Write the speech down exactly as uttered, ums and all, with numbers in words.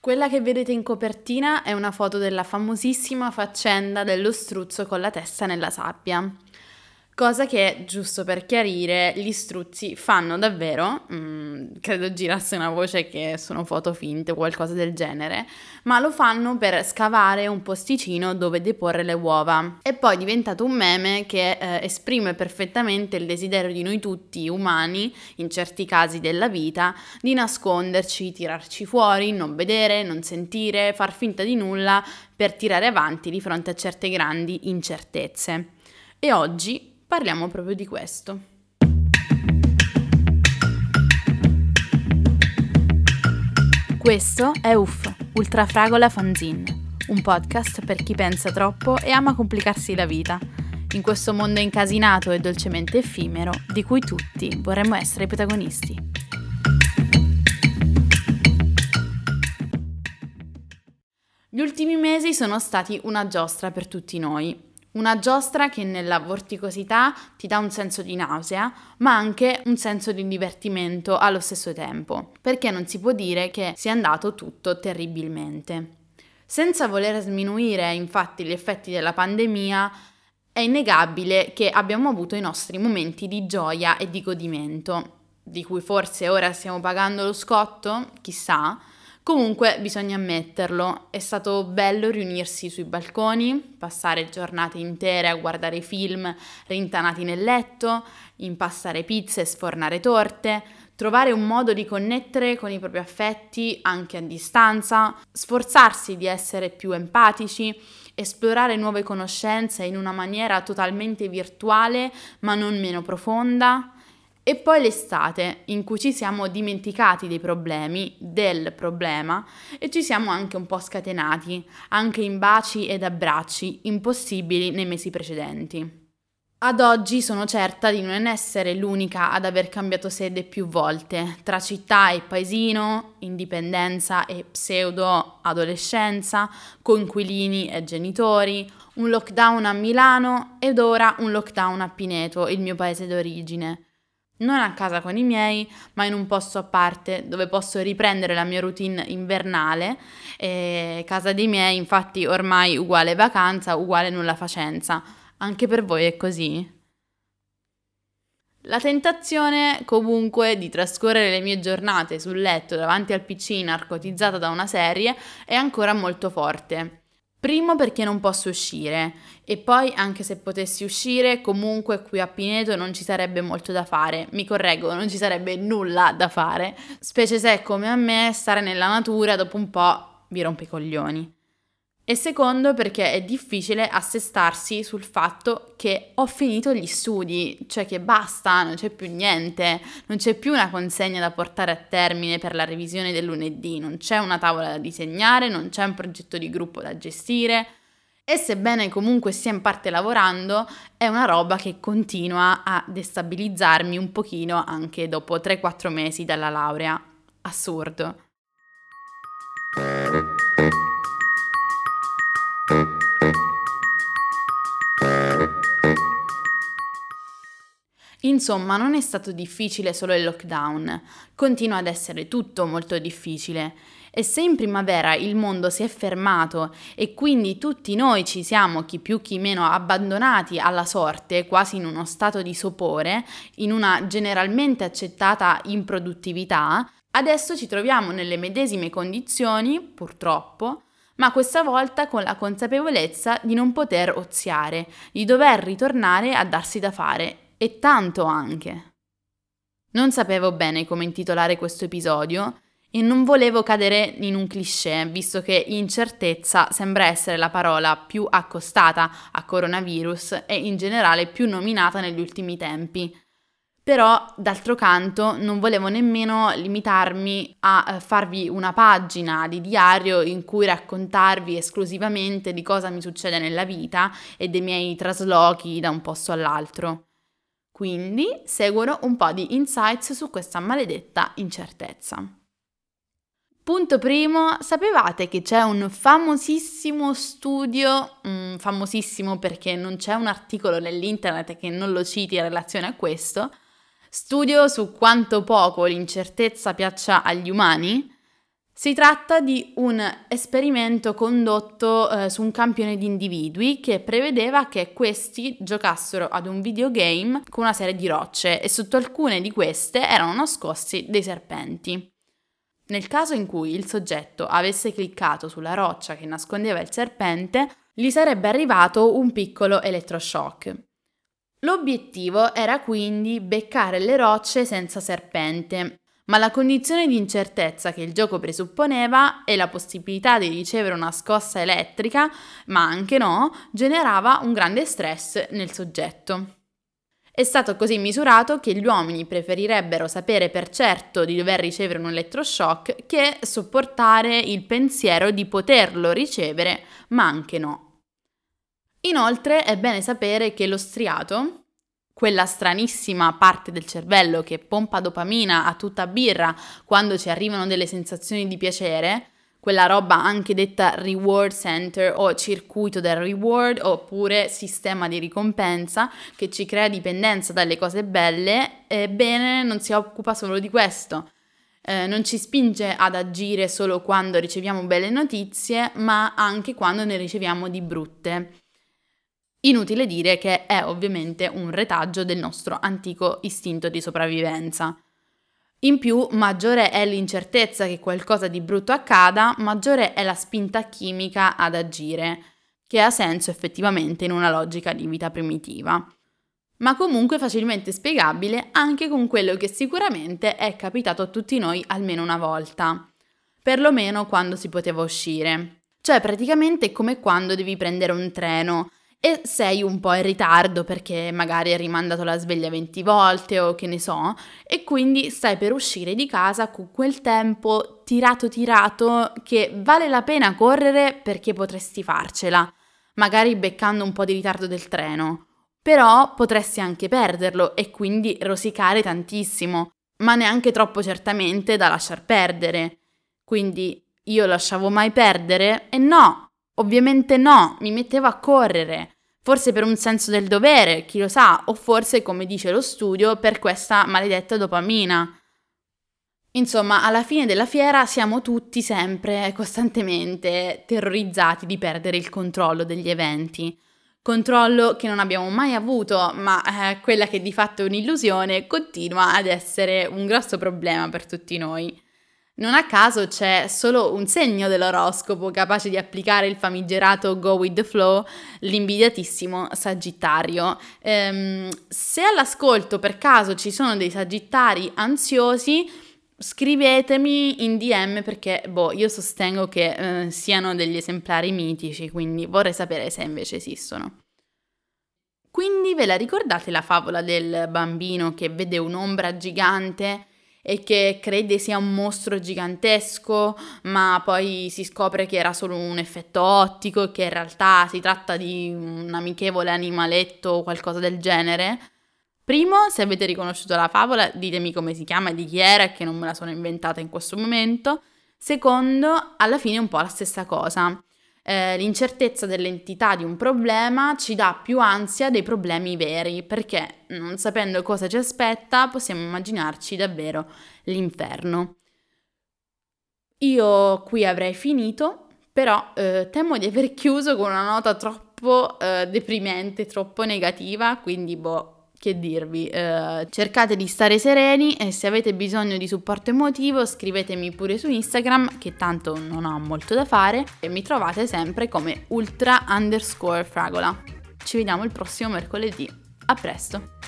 Quella che vedete in copertina è una foto della famosissima faccenda dello struzzo con la testa nella sabbia. Cosa che, giusto per chiarire, gli struzzi fanno davvero, mm, credo girasse una voce che sono foto finte o qualcosa del genere, ma lo fanno per scavare un posticino dove deporre le uova. E poi è diventato un meme che eh, esprime perfettamente il desiderio di noi tutti umani, in certi casi della vita, di nasconderci, tirarci fuori, non vedere, non sentire, far finta di nulla per tirare avanti di fronte a certe grandi incertezze. E oggi parliamo proprio di questo. Questo è U F, Ultrafragola Fanzine, un podcast per chi pensa troppo e ama complicarsi la vita, in questo mondo incasinato e dolcemente effimero di cui tutti vorremmo essere i protagonisti. Gli ultimi mesi sono stati una giostra per tutti noi. Una giostra che nella vorticosità ti dà un senso di nausea, ma anche un senso di divertimento allo stesso tempo, perché non si può dire che sia andato tutto terribilmente. Senza voler sminuire infatti gli effetti della pandemia, è innegabile che abbiamo avuto i nostri momenti di gioia e di godimento, di cui forse ora stiamo pagando lo scotto, chissà. Comunque bisogna ammetterlo, è stato bello riunirsi sui balconi, passare giornate intere a guardare film rintanati nel letto, impastare pizze e sfornare torte, trovare un modo di connettere con i propri affetti anche a distanza, sforzarsi di essere più empatici, esplorare nuove conoscenze in una maniera totalmente virtuale ma non meno profonda. E poi l'estate, in cui ci siamo dimenticati dei problemi, del problema, e ci siamo anche un po' scatenati, anche in baci ed abbracci impossibili nei mesi precedenti. Ad oggi sono certa di non essere l'unica ad aver cambiato sede più volte, tra città e paesino, indipendenza e pseudo-adolescenza, coinquilini e genitori, un lockdown a Milano ed ora un lockdown a Pineto, il mio paese d'origine. Non a casa con i miei, ma in un posto a parte dove posso riprendere la mia routine invernale. E casa dei miei, infatti, ormai uguale vacanza, uguale nulla facenza. Anche per voi è così? La tentazione, comunque, di trascorrere le mie giornate sul letto davanti al P C narcotizzata da una serie è ancora molto forte. Primo perché non posso uscire e poi anche se potessi uscire comunque qui a Pineto non ci sarebbe molto da fare, mi correggo, non ci sarebbe nulla da fare, specie se come a me stare nella natura dopo un po' vi rompe i coglioni. E secondo perché è difficile assestarsi sul fatto che ho finito gli studi, cioè che basta, non c'è più niente, non c'è più una consegna da portare a termine per la revisione del lunedì, non c'è una tavola da disegnare, non c'è un progetto di gruppo da gestire e sebbene comunque stia in parte lavorando, è una roba che continua a destabilizzarmi un pochino anche dopo tre quattro mesi dalla laurea. Assurdo. Insomma, non è stato difficile solo il lockdown, continua ad essere tutto molto difficile. E se in primavera il mondo si è fermato e quindi tutti noi ci siamo, chi più chi meno, abbandonati alla sorte, quasi in uno stato di sopore, in una generalmente accettata improduttività, adesso ci troviamo nelle medesime condizioni, purtroppo, ma questa volta con la consapevolezza di non poter oziare, di dover ritornare a darsi da fare. E tanto anche. Non sapevo bene come intitolare questo episodio e non volevo cadere in un cliché, visto che incertezza sembra essere la parola più accostata a coronavirus e in generale più nominata negli ultimi tempi. Però, d'altro canto, non volevo nemmeno limitarmi a farvi una pagina di diario in cui raccontarvi esclusivamente di cosa mi succede nella vita e dei miei traslochi da un posto all'altro. Quindi seguono un po' di insights su questa maledetta incertezza. Punto primo, sapevate che c'è un famosissimo studio, mm, famosissimo perché non c'è un articolo nell'internet che non lo citi in relazione a questo, studio su quanto poco l'incertezza piaccia agli umani? Si tratta di un esperimento condotto eh, su un campione di individui che prevedeva che questi giocassero ad un videogame con una serie di rocce e sotto alcune di queste erano nascosti dei serpenti. Nel caso in cui il soggetto avesse cliccato sulla roccia che nascondeva il serpente, gli sarebbe arrivato un piccolo elettroshock. L'obiettivo era quindi beccare le rocce senza serpente, ma la condizione di incertezza che il gioco presupponeva e la possibilità di ricevere una scossa elettrica, ma anche no, generava un grande stress nel soggetto. È stato così misurato che gli uomini preferirebbero sapere per certo di dover ricevere un elettroshock che sopportare il pensiero di poterlo ricevere, ma anche no. Inoltre è bene sapere che lo striato, quella stranissima parte del cervello che pompa dopamina a tutta birra quando ci arrivano delle sensazioni di piacere, quella roba anche detta reward center o circuito del reward oppure sistema di ricompensa che ci crea dipendenza dalle cose belle, ebbene non si occupa solo di questo. Eh, non ci spinge ad agire solo quando riceviamo belle notizie, ma anche quando ne riceviamo di brutte. Inutile dire che è ovviamente un retaggio del nostro antico istinto di sopravvivenza. In più, maggiore è l'incertezza che qualcosa di brutto accada, maggiore è la spinta chimica ad agire, che ha senso effettivamente in una logica di vita primitiva. Ma comunque facilmente spiegabile anche con quello che sicuramente è capitato a tutti noi almeno una volta, perlomeno quando si poteva uscire. Cioè praticamente è come quando devi prendere un treno e sei un po' in ritardo perché magari hai rimandato la sveglia venti volte o che ne so, e quindi stai per uscire di casa con quel tempo tirato tirato che vale la pena correre perché potresti farcela, magari beccando un po' di ritardo del treno, però potresti anche perderlo e quindi rosicare tantissimo, ma neanche troppo certamente da lasciar perdere. Quindi io lasciavo mai perdere? E no, ovviamente no, mi mettevo a correre. Forse per un senso del dovere, chi lo sa, o forse, come dice lo studio, per questa maledetta dopamina. Insomma, alla fine della fiera siamo tutti sempre, costantemente, terrorizzati di perdere il controllo degli eventi. Controllo che non abbiamo mai avuto, ma eh, quella che di fatto è un'illusione continua ad essere un grosso problema per tutti noi. Non a caso c'è solo un segno dell'oroscopo capace di applicare il famigerato go with the flow, l'invidiatissimo Sagittario. Ehm, se all'ascolto per caso ci sono dei Sagittari ansiosi, scrivetemi in D M perché boh, io sostengo che eh, siano degli esemplari mitici, quindi vorrei sapere se invece esistono. Quindi ve la ricordate la favola del bambino che vede un'ombra gigante e che crede sia un mostro gigantesco, ma poi si scopre che era solo un effetto ottico e che in realtà si tratta di un amichevole animaletto o qualcosa del genere? Primo, se avete riconosciuto la favola, ditemi come si chiama e di chi era, che non me la sono inventata in questo momento. Secondo, alla fine è un po' la stessa cosa. Eh, l'incertezza dell'entità di un problema ci dà più ansia dei problemi veri, perché non sapendo cosa ci aspetta possiamo immaginarci davvero l'inferno. Io qui avrei finito, però eh, temo di aver chiuso con una nota troppo eh, deprimente, troppo negativa, quindi boh. Che dirvi, eh, cercate di stare sereni e se avete bisogno di supporto emotivo scrivetemi pure su Instagram che tanto non ho molto da fare e mi trovate sempre come ultra underscore fragola. Ci vediamo il prossimo mercoledì. A presto!